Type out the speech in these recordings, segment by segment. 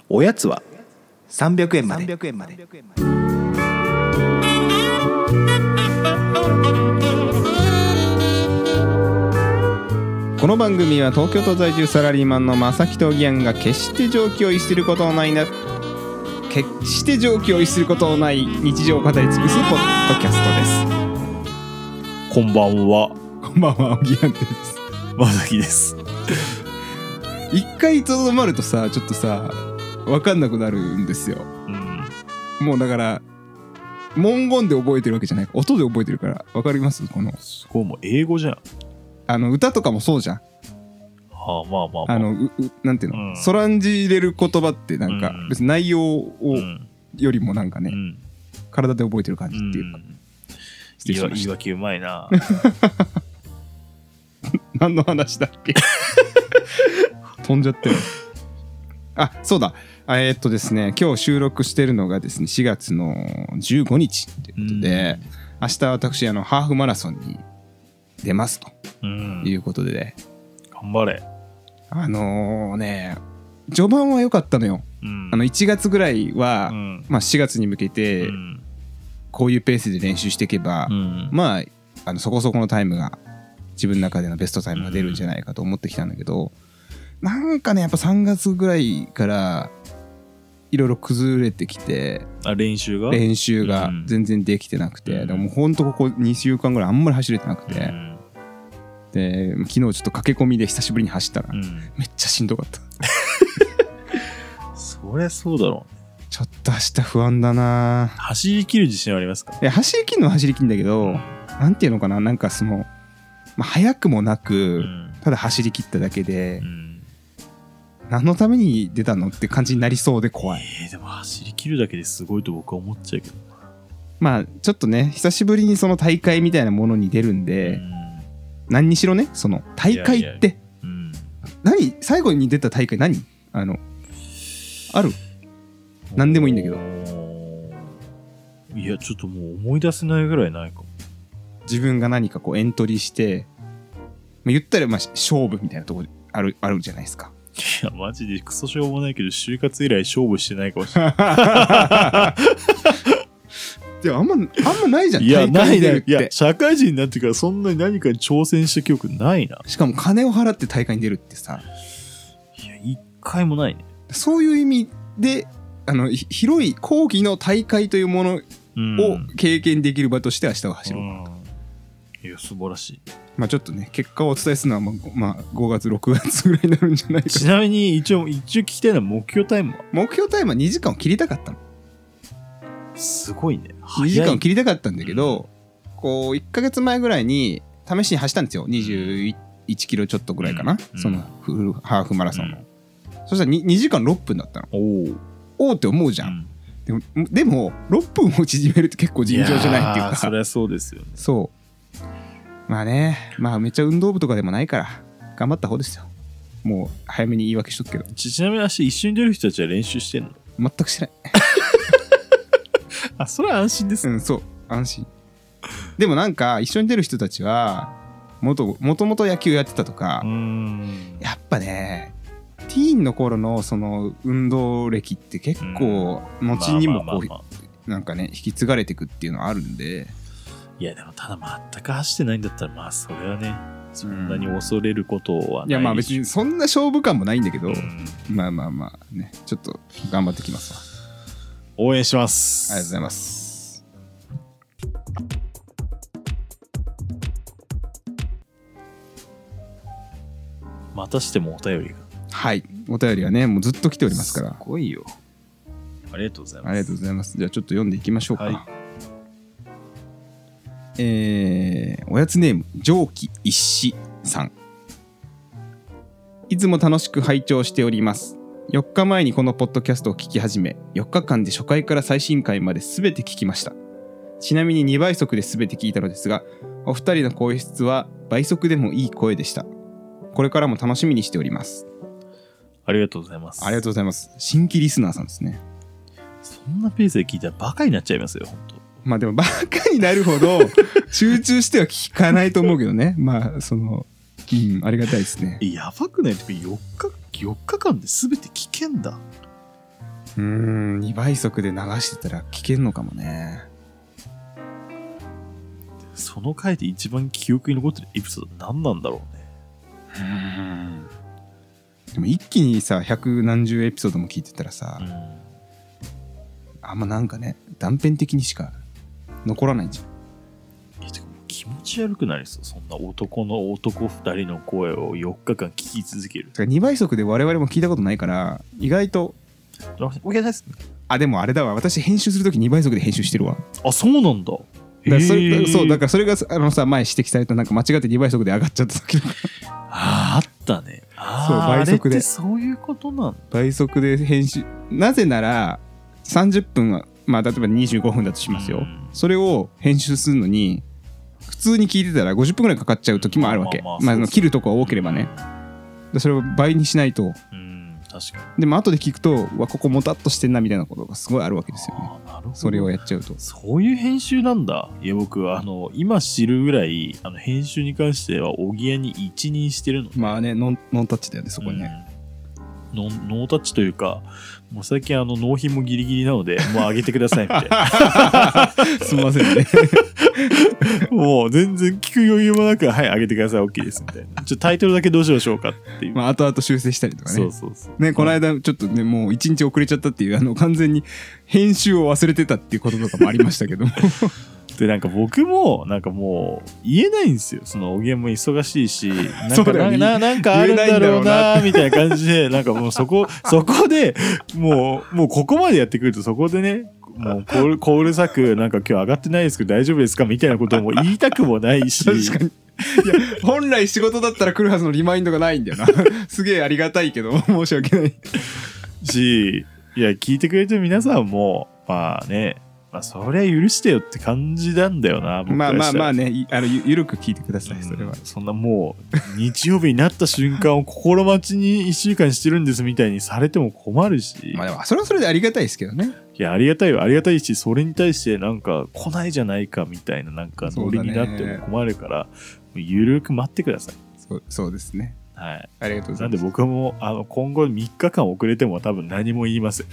おやつは300円まで。 この番組は東京都在住サラリーマンの正木とギャンが決して常軌を逸することのない日常を語り尽くすポッドキャストです。 こんばんは。 こんばんは、ギャンです。 正木です。 一回とどまるとさ、ちょっとさ分かんなくなるんですよ、もうだから文言で覚えてるわけじゃない、音で覚えてるから。分かります？このすごい、もう英語じゃん。 歌とかもそうじゃん。 はあ、まあまあまあ、 なんていうの、そらんじれる言葉ってなんか別に内容をよりもなんかね、体で覚えてる感じっていうか、 言い訳うまいな。 何の話だっけ？飛んじゃってる。あ、そうだ。ですね、今日収録してるのがですね、4月の15日ということで、明日私ハーフマラソンに出ますということで、ね、 頑張れ。 序盤は良かったのよ。1月ぐらいは、4月に向けてこういうペースで練習していけば、そこそこのタイムが自分の中でのベストタイムが出るんじゃないかと思ってきたんだけど、なんかね、やっぱ3月ぐらいからいろいろ崩れてきて、練習が全然できてなくて、でもほんとここ2週間ぐらいあんまり走れてなくて、で昨日ちょっと駆け込みで久しぶりに走ったら、めっちゃしんどかった。 そりゃそうだろうね。 ちょっと明日不安だな。 走り切る自信はありますか？ いや、走り切るのは走り切るんだけど、なんていうのかな、なんか速くもなく、ただ走り切っただけで、何のために出たのって感じになりそうで怖い。 でも走り切るだけですごいと僕は思っちゃうけど、 ちょっとね、久しぶりにその大会みたいなものに出るんで、何にしろね、その大会って何、最後に出た大会何ある？何でもいいんだけど。 いや、ちょっともう思い出せないぐらいないかも。 自分が何かこうエントリーして、言ったら勝負みたいなとこあるじゃないですか。 いや、マジでクソしょうもないけど、就活以来勝負してないかもしれない。 でもあんまないじゃん。 いや、ない。いや、社会人になってからそんなに何かに挑戦した記憶ないな。 しかも金を払って大会に出るってさ。 いや、一回もないね。 そういう意味で、広い講義の大会というものを経験できる場として明日は走ろうかなと。 いや、素晴らしい。 ちょっとね、結果をお伝えするのは5月6月ぐらいになるんじゃないか。 ちなみに一応聞きたいのは目標タイムは 2時間を切りたかったの。 すごいね。 2時間を切りたかったんだけど、こう1ヶ月前ぐらいに試しに走ったんですよ。21キロちょっとぐらいかな、そのハーフマラソンの、そしたら 2時間6分だったの。おーって思うじゃん、でも6分を縮めるって結構尋常じゃないっていうか。 そりゃそうですよね。 そうめっちゃ運動部とかでもないから頑張った方ですよ。もう早めに言い訳しとくけど。 ちなみに明日一緒に出る人たちは練習してんの？ 全くしてない。 あ、それは安心です。 そう、安心。でもなんか一緒に出る人たちはもともと野球やってたとか、やっぱね、ティーンの頃のその運動歴って結構後にもこうなんかね引き継がれていくっていうのはあるんで。 いや、でもただ全く走ってないんだったらそれはね、そんなに恐れることはない。 いや、別にそんな勝負感もないんだけど、ね、ちょっと頑張ってきますわ。 応援します。 ありがとうございます。 またしてもお便りが。 はい、お便りはね、もうずっと来ておりますから。 すごいよ。ありがとうございます。 ありがとうございます。じゃあちょっと読んでいきましょうか。おやつネーム蒸気一子さん。いつも楽しく拝聴しております。4日前にこのポッドキャストを聞き始め、4日間で初回から最新回まで全て聞きました。ちなみに2倍速で全て聞いたのですが、お二人の声質は倍速でもいい声でした。これからも楽しみにしております。 ありがとうございます。 ありがとうございます。新規リスナーさんですね。 そんなペースで聞いたらバカになっちゃいますよ、本当。 でもバカになるほど集中しては聞かないと思うけどね。ありがたいですね。 やばくない？4日間で全て聞けんだ。 2倍速で流してたら聞けんのかもね。 その回で一番記憶に残ってるエピソード何なんだろうね。 でも一気にさ百何十エピソードも聞いてたらさ、あんまなんかね断片的にしか残らないんじゃん。 てかもう気持ち悪くなりそう。そんな男2人の声を4日間聞き続ける。 だから2倍速で我々も聞いたことないから意外と。 おやです。 あでもあれだわ、私編集するとき2倍速で編集してるわ。 あ、そうなんだ。 そうだからそれがさ前指摘されたなんか間違って2倍速で上がっちゃった時とかあったね。 そう倍速で。 あれってそういうことなんだ。 倍速で編集。なぜなら30分はまあ例えば25分だとしますよ。それを編集するのに普通に聞いてたら50分ぐらいかかっちゃう時もあるわけ。切るとこが多ければね。それを倍にしないと。 確かに。 でも後で聞くとここもたっとしてんなみたいなことがすごいあるわけですよね。 なるほど。 それをやっちゃうと。 そういう編集なんだ。いや僕今知るぐらい編集に関してはおぎやに一任してるの。 まあねノンタッチだよねそこにね。 ノータッチというかもう最近納品もギリギリなのでもう上げてくださいみたいな。 すみませんね。 もう全然聞く余裕もなくはい上げてください OK ですみたいな。タイトルだけどうしましょうかっていう。 まあ後々修正したりとかね。 そうねこの間ちょっとねもう1日遅れちゃったっていう完全に編集を忘れてたっていうこととかもありましたけども。 でなんか僕もなんかもう言えないんですよ。そのおげんも忙しいしなんかあるんだろうなみたいな感じでなんかもうそこでもうここまでやってくるとそこでねもうコールサクなんか今日上がってないですけど大丈夫ですかみたいなことも言いたくもないし。 確かに。いや本来仕事だったら来るはずのリマインドがないんだよな。すげえありがたいけど申し訳ないし、いや聞いてくれてる皆さんもまあねまあそりゃ許してよって感じなんだよな。僕からしたらまあねゆるく聞いてくださいそれは。 そんなもう日曜日になった瞬間を心待ちに1週間してるんですみたいにされても困るし。 まあでもそれはそれでありがたいですけどね。 いやありがたいよありがたいしそれに対してなんか来ないじゃないかみたいななんかノリになっても困るから、ゆるく待ってください。 そうですね。 はい。 ありがとうございます。 なんで僕も今後3日間遅れても多分何も言いません。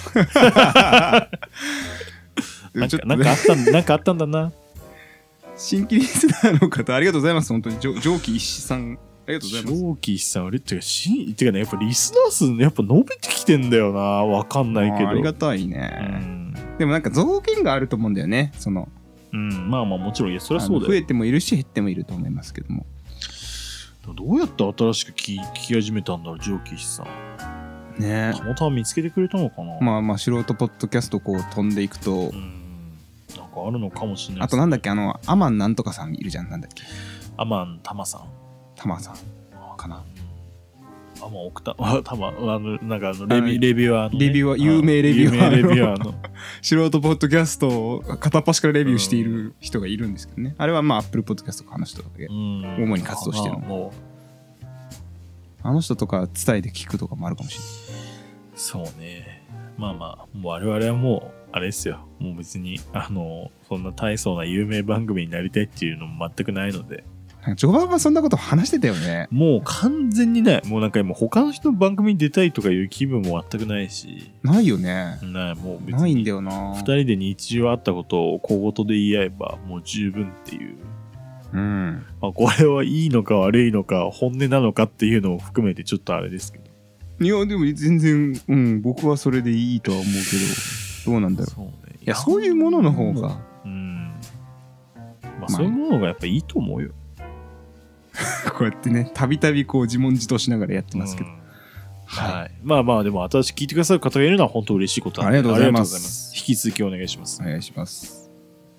なんかあったんだな。 新規リスナーの方ありがとうございます。本当に上記一子さんありがとうございます。 上記一子さんてかねやっぱリスナー数やっぱ伸びてきてんだよな。わかんないけど。 ありがたいね。でもなんか増減があると思うんだよね。 まあもちろんいやそりゃそうだよ。 増えてもいるし減ってもいると思いますけども。 どうやって新しく聞き始めたんだろう上記一子さん。 ねたまたま見つけてくれたのかな。 まあ素人ポッドキャストこう飛んでいくと。 なんかあるのかもしれない、ね。 あとなんだっけアマンなんとかさんいるじゃん。なんだっけアマンタマさんかな。 アマン奥田タマなんかレビュアーの、ね、 レビュアー有名レビュアーの素人ポッドキャストを片っ端からレビューしている人がいるんですけどね。あれはまあアップルポッドキャストとかの人だけ主に活動してるの。あの人とか伝えて聞くとかもあるかもしれない。 そうね。まあもう我々はもうあれですよ。もう別にそんな大層な有名番組になりたいっていうのも全くないので。 序盤はそんなこと話してたよね。 もう完全にない。もうなんか他の人の番組に出たいとかいう気分も全くないし。 ないよね。 もう別にないんだよな。 2人で日常あったことを小言で言い合えばもう十分っていう。まあ、これはいいのか悪いのか本音なのかっていうのを含めてちょっとあれですけど。 いやでも全然僕はそれでいいとは思うけどどうなんだろう。そうね。いやそういうものの方が。 まあそういうものがやっぱいいと思うよ。 こうやってねたびたびこう自問自答しながらやってますけど、 はい。まあでも新しく聞いてくださる方がいるのは本当嬉しいことなんでありがとうございます。 引き続きお願いします。 お願いします。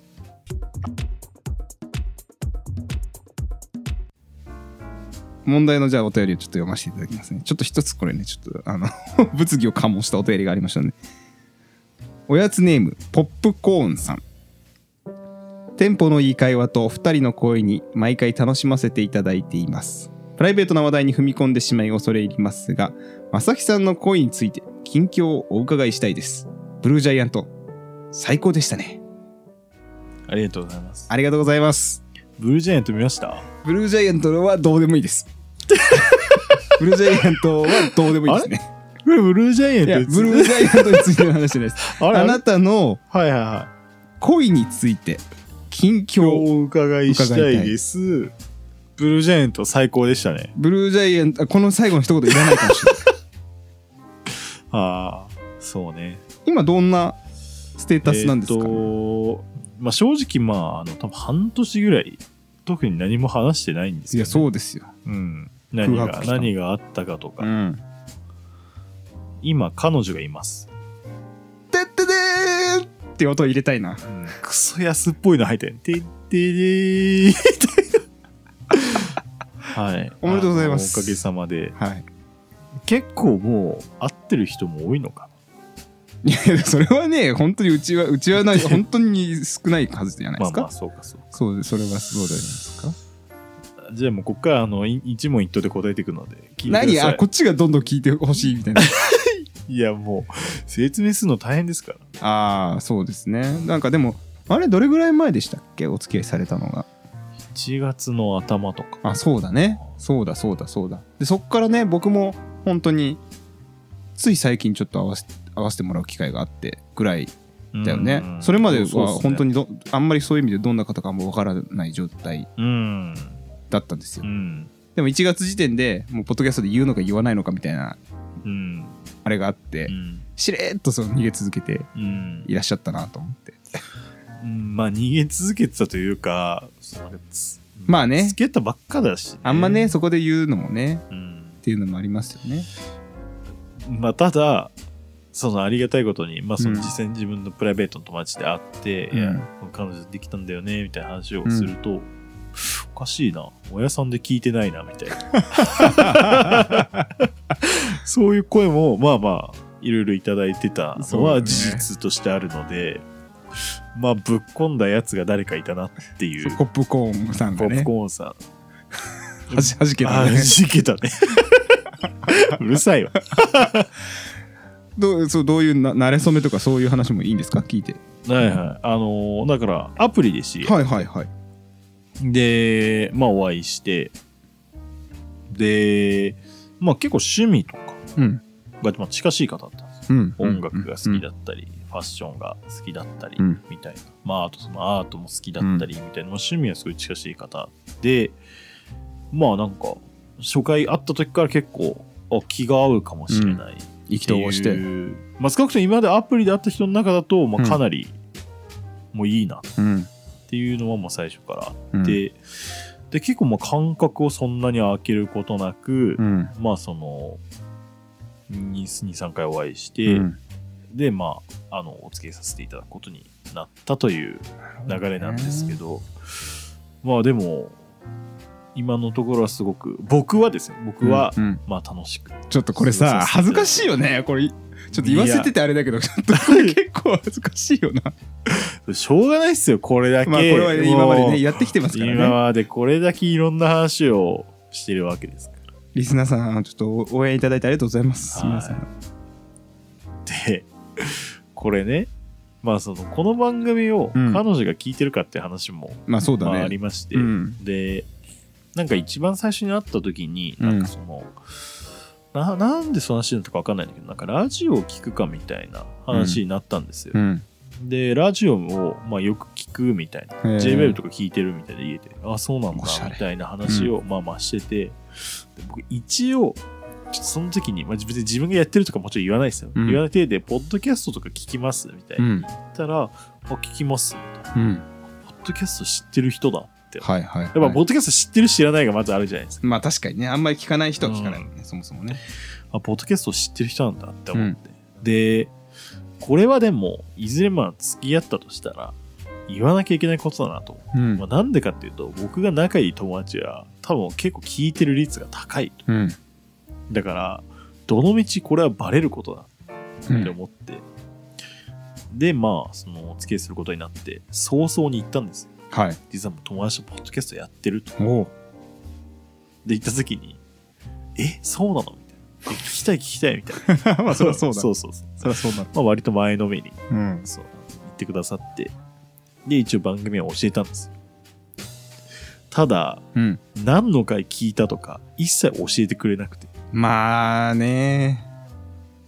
問題のじゃあお便りをちょっと読ませていただきますね。ちょっと一つこれねちょっと物議を醸したお便りがありましたね。おやつネームポップコーンさん。テンポのいい会話と2人の声に毎回楽しませていただいています。プライベートな話題に踏み込んでしまい恐れ入りますが、まさきさんの声について近況をお伺いしたいです。ブルージャイアント最高でしたね。 ありがとうございます。 ありがとうございます。 ブルージャイアント見ました？ ブルージャイアントはどうでもいいです。ブルージャイアントはどうでもいいですね。 これブルージャイアントについて。 ブルージャイアントについての話じゃないです。あなたの恋について近況をお伺いしたいです。ブルージャイアント最高でしたね。 ブルージャイアント、この最後の一言いらないかもしれない。 ああ、そうね。 今どんなステータスなんですかね。 まあ正直多分半年ぐらい特に何も話してないんですよ、ね。 いやそうですよ。 うん。何があったかとか。 うん、 今彼女がいます。 てってでーって音を入れたいな。 クソ安っぽいの入ってる。てってでーみたいな。はい。 おめでとうございます。 おかげさまで。 はい。 結構もう会ってる人も多いのかな。 いやそれはね本当にうちはない本当に少ない数じゃないですか。 まあそうか。 そうそれはそうじゃないですか。 じゃあもうこっから一問一答で答えていくので聞いてください。 何こっちがどんどん聞いてほしいみたいな。 いやもう説明するの大変ですから。 ああそうですね。なんかでもあれどれぐらい前でしたっけお付き合いされたのが。 1月の頭とか。 あそうだね。そうだ。でそっからね僕も本当につい最近ちょっと合わせてもらう機会があってぐらいだよね。それまでは本当にあんまりそういう意味でどんな方かもわからない状態だったんですよ。でも1月時点でもうポッドキャストで言うのか言わないのかみたいなあれがあってしれーっと逃げ続けていらっしゃったなと思って。 まあ逃げ続けてたというかまあねつけたばっかだし、ね、 あんまねそこで言うのもね、っていうのもありますよね。 まあただありがたいことに、実際に自分のプライベートの友達で会って、いや彼女できたんだよねみたいな話をすると、おかしいな親さんで聞いてないなみたいなそういう声もまあいろいろいただいてたのは事実としてあるので、まあぶっ込んだやつが誰かいたなっていう。 ポップコーンさんがね。 ポップコーンさんはじけたね。 はじけたねうるさいわどういう慣れ初めとかそういう話もいいんですか聞いて。 はいだからアプリで知り合ってでお会いしてで結構趣味とかが近しい方だったんですよ。音楽が好きだったり、ファッションが好きだったりみたいな、あとアートも好きだったりみたいな、趣味はすごい近しい方でなんか初回会った時から結構気が合うかもしれない、 意気投合して、 少なくとも今までアプリで会った人の中だと、かなりもういいなっていうのはもう最初からあって、で結構間隔をそんなに空けることなく、2,3 回お会いして、でお付き合いさせていただくことになったという流れなんですけど、でも今のところはすごく僕は楽しく。 ちょっとこれさ恥ずかしいよね。これちょっと言わせててあれだけどちょっとこれ結構恥ずかしいよなしょうがないっすよこれだけ。 これは今までねやってきてますからね。 今までこれだけいろんな話をしてるわけですから。 リスナーさんちょっと応援いただいてありがとうございます。皆さんでこれねこの番組を彼女が聞いてるかって話も、ありまして、でなんか一番最初に会った時になんでその話になったか分かんないんだけどなんかラジオを聞くかみたいな話になったんですよ。でラジオをよく聞くみたいな J-Wave とか聞いてるみたいな家でそうなんだみたいな話をしてて、で僕一応ちょっとその時に、別に自分がやってるとかもちろん言わないですよ、言わない程度でポッドキャストとか聞きますみたいな、言ったら聞きますみたいな、ポッドキャスト知ってる人だって、やっぱポッドキャスト知ってる知らないがまずあるじゃないですか。 確かにねあんまり聞かない人は聞かないもんね、そもそもね。 ポッドキャスト知ってる人なんだって思って、でこれはでもいずれ付き合ったとしたら言わなきゃいけないことだなと、なんでかっていうと僕が仲いい友達は多分結構聞いてる率が高いと、だからどの道これはバレることだって思って、でそのお付き合いすることになって早々に言ったんですよ。実はもう友達とポッドキャストやってると。で言った時にそうなのみたいな。聞きたいみたいな。 そりゃそうだ。 そう。 そりゃそうだ。 割と前のめりに、言ってくださって、で一応番組は教えたんですよ。ただ、何の回聞いたとか一切教えてくれなくて。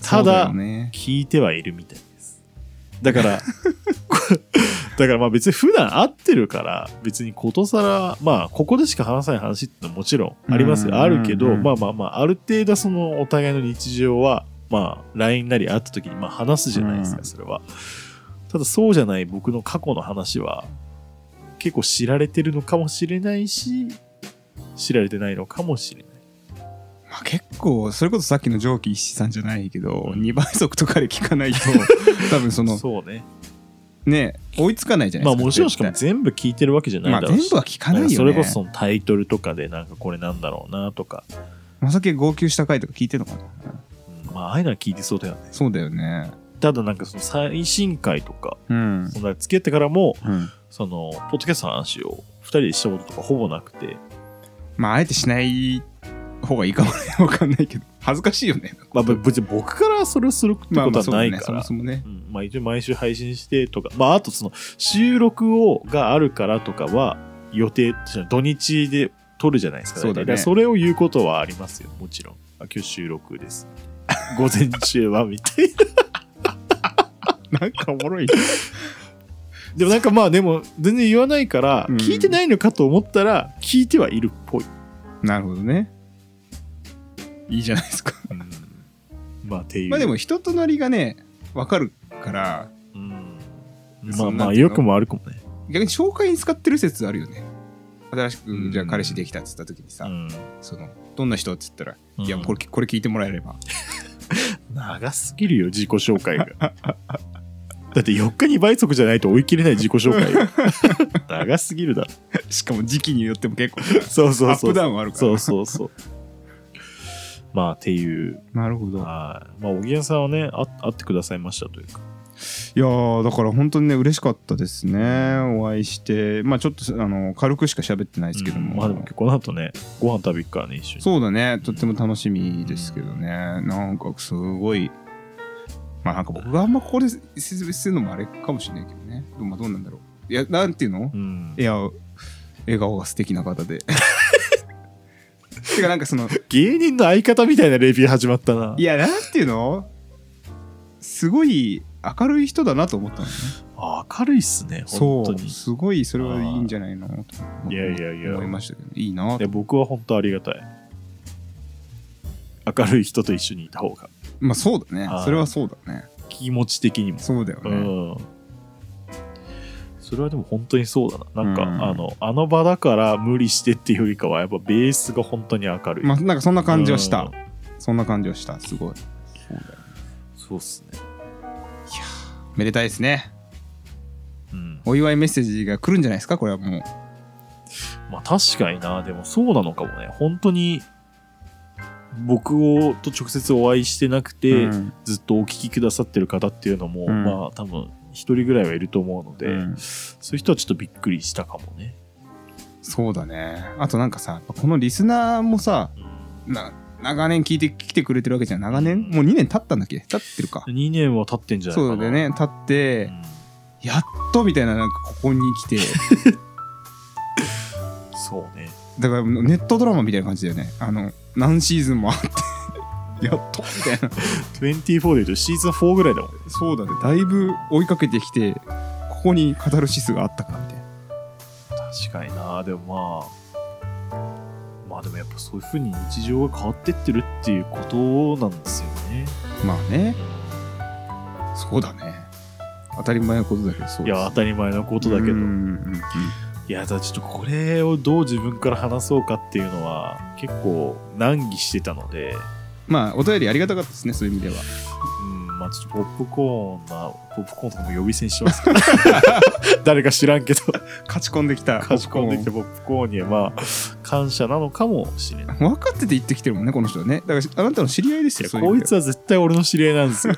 ただ聞いてはいるみたいです。だからまあ別に普段会ってるから別にことさらまあここでしか話さない話ってのももちろんありますよ、あるけど、まあある程度そのお互いの日常はまあ LINE なり会った時にまあ話すじゃないですか、それは。ただそうじゃない僕の過去の話は結構知られてるのかもしれないし知られてないのかもしれない。 まあ、結構それこそさっきの蒸気一さんじゃないけど、2倍速とかで聞かないと多分そのそうね追いつかないじゃないですか。 まあもちろんしかも全部聞いてるわけじゃないだろうし、 全部は聞かないよね。 それこそそのタイトルとかでなんかこれなんだろうなとか。 まさき号泣した回とか聞いてるのかな、 まあああいうのは聞いてそうだよね。 そうだよね。 ただなんかその最新回とか、その付き合ってからも、そのポッドキャストの話を2人でしたこととかほぼなくて、まああえてしない方がいいかもね。わかんないけど恥ずかしいよね。 まあ別に僕からそれをするってことはないから、 そもそもね、 まあ一応毎週配信してとか、まああとその収録があるからとかは予定土日で撮るじゃないですか。 そうだね。 それを言うことはありますよ、もちろん。今日収録です午前中はみたいななんかおもろいでもなんかまあでも全然言わないから、聞いてないのかと思ったら聞いてはいるっぽい。 なるほどね。いいじゃないですか、 まあっていう。 まあでも人となりがね分かるから、 まあ良くも悪くもね。 逆に紹介に使ってる説あるよね。新しくじゃあ彼氏できたっつった時にさ、そのどんな人っつったら、いやこれ聞いてもらえれば長すぎるよ自己紹介がだって4日2倍速じゃないと追い切れない自己紹介長すぎるだろ。 しかも時期によっても結構そうアップダウンあるから。 そうまあっていう。 なるほど。 まあおぎやさんはね会ってくださいましたというか。 いやーだから本当にね嬉しかったですね、お会いして。まあちょっと軽くしか喋ってないですけども、 まあでもこの後ねご飯食べ行くからね一緒に。 そうだね、とっても楽しみですけどね、なんかすごいまあなんか僕があんまここで説明するのもあれかもしれないけどね。まあどうなんだろう。いやなんていうの、いや笑顔が素敵な方でてかなんかその芸人の相方みたいなレビュー始まったな。 いやなんていうのすごい明るい人だなと思ったのね。 明るいっすね本当に。 そうすごいそれはいいんじゃないのといや思いましたけど、いいな。 僕は本当ありがたい。明るい人と一緒にいた方が。 まあそうだね、それはそうだね、 気持ち的にもそうだよね、 それはでも本当にそうだな。なんか、あの場だから無理してっていうよりかはやっぱベースが本当に明るい。 まあなんかそんな感じはした、そんな感じはした。すごいそうだよね。 そうっすね。いやめでたいですね。お祝いメッセージが来るんじゃないですかこれはもう。 まあ確かにな。でもそうなのかもね。本当に僕と直接お会いしてなくて、ずっとお聞きくださってる方っていうのも、まあ多分一人ぐらいはいると思うので、そういう人はちょっとびっくりしたかもね。 そうだね。あとなんかさこのリスナーもさ、長年聞いてきてくれてるわけじゃん。長年、もう2年経ったんだっけ。経ってるか。 2年は経ってんじゃないかな。 そうだね、経って、やっとみたいな、なんかここに来てそうね。 だからネットドラマみたいな感じだよね。何シーズンもあってやっとみたいな 24で言うとシーズン4ぐらいだもん。 そうだね、だいぶ追いかけてきて、ここにカタルシスがあったかみたいな。 確かにな。でもまあでもやっぱそういう風に日常が変わってってるっていうことなんですよね。 まあね、そうだね、当たり前のことだけど。そうです。 いや当たり前のことだけど、いやだからちょっとこれをどう自分から話そうかっていうのは結構難儀してたので、 まあお便りありがたかったですね、そういう意味では。 まあちょっとポップコーンとかも呼び捨てにしてますから誰か知らんけど勝ち込んできたポップコーンにはまあ感謝なのかもしれない。 分かってて言ってきてるもんねこの人はね。だからあなたの知り合いですよ。 こいつは絶対俺の知り合いなんですよ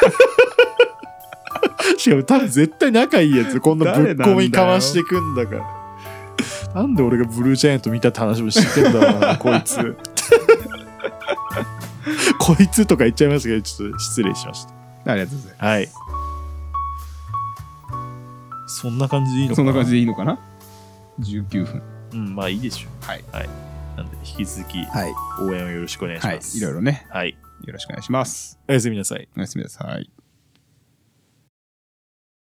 しかも多分絶対仲いいやつ、こんなぶっ込みかましてくんだから。なんで俺がブルージャイアント見たって話も知ってんだろうなこいつこいつとか言っちゃいましたけど、ちょっと失礼しました。 ありがとうございます。 はい。そんな感じでいいのかな。 そんな感じでいいのかな。19分。 まあいいでしょう。 はい。 なんで引き続き応援をよろしくお願いします。 いろいろね。 はい。 よろしくお願いします。 おやすみなさい。 おやすみなさい。